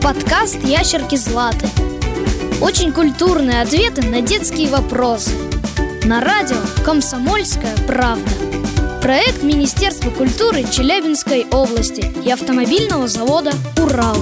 Подкаст «Ящерки Златы». Очень культурные ответы на детские вопросы. На радио «Комсомольская правда». Проект Министерства культуры Челябинской области и автомобильного завода «Урал».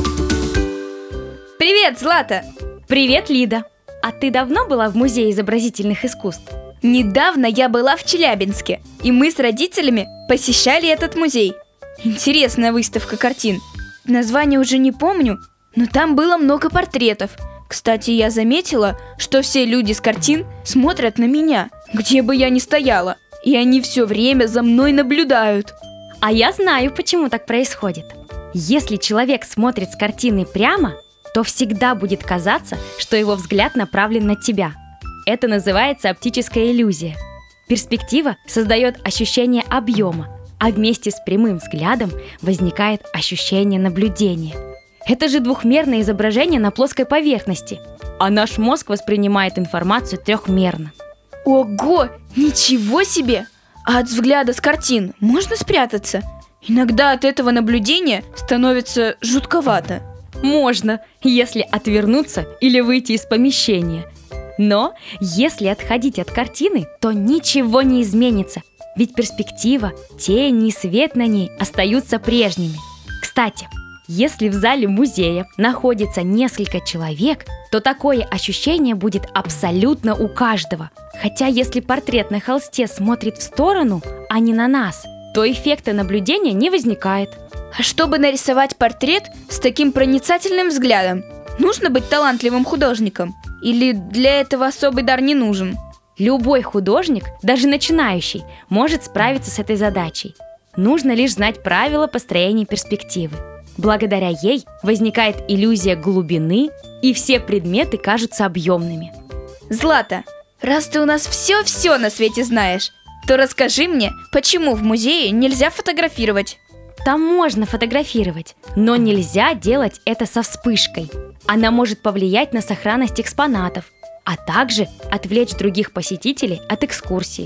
Привет, Злата! Привет, Лида! А ты давно была в Музее изобразительных искусств? Недавно я была в Челябинске, и мы с родителями посещали этот музей. Интересная выставка картин. Название уже не помню, но там было много портретов. Кстати, я заметила, что все люди с картин смотрят на меня, где бы я ни стояла, и они все время за мной наблюдают. А я знаю, почему так происходит. Если человек смотрит с картины прямо, то всегда будет казаться, что его взгляд направлен на тебя. Это называется оптическая иллюзия. Перспектива создает ощущение объема, а вместе с прямым взглядом возникает ощущение наблюдения. Это же двухмерное изображение на плоской поверхности, а наш мозг воспринимает информацию трехмерно. Ого, ничего себе! А от взгляда с картин можно спрятаться? Иногда от этого наблюдения становится жутковато. Можно, если отвернуться или выйти из помещения. Но если отходить от картины, то ничего не изменится, ведь перспектива, тени и свет на ней остаются прежними. Кстати, если в зале музея находится несколько человек, то такое ощущение будет абсолютно у каждого. Хотя если портрет на холсте смотрит в сторону, а не на нас, то эффекта наблюдения не возникает. А чтобы нарисовать портрет с таким проницательным взглядом, нужно быть талантливым художником? Или для этого особый дар не нужен? Любой художник, даже начинающий, может справиться с этой задачей. Нужно лишь знать правила построения перспективы. Благодаря ей возникает иллюзия глубины, и все предметы кажутся объемными. Злата, раз ты у нас все на свете знаешь, то расскажи мне, почему в музее нельзя фотографировать? Там можно фотографировать, но нельзя делать это со вспышкой. Она может повлиять на сохранность экспонатов, а также отвлечь других посетителей от экскурсии.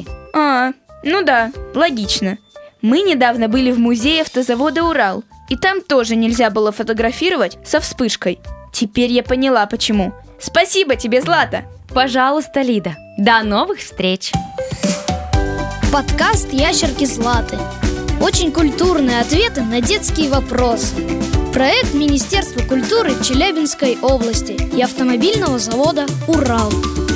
Ну да, логично. Мы недавно были в музее автозавода «Урал», и там тоже нельзя было фотографировать со вспышкой. Теперь я поняла, почему. Спасибо тебе, Злата! Пожалуйста, Лида. До новых встреч! Подкаст «Ящерки Златы». Очень культурные ответы на детские вопросы. Проект Министерства культуры Челябинской области и автомобильного завода «Урал».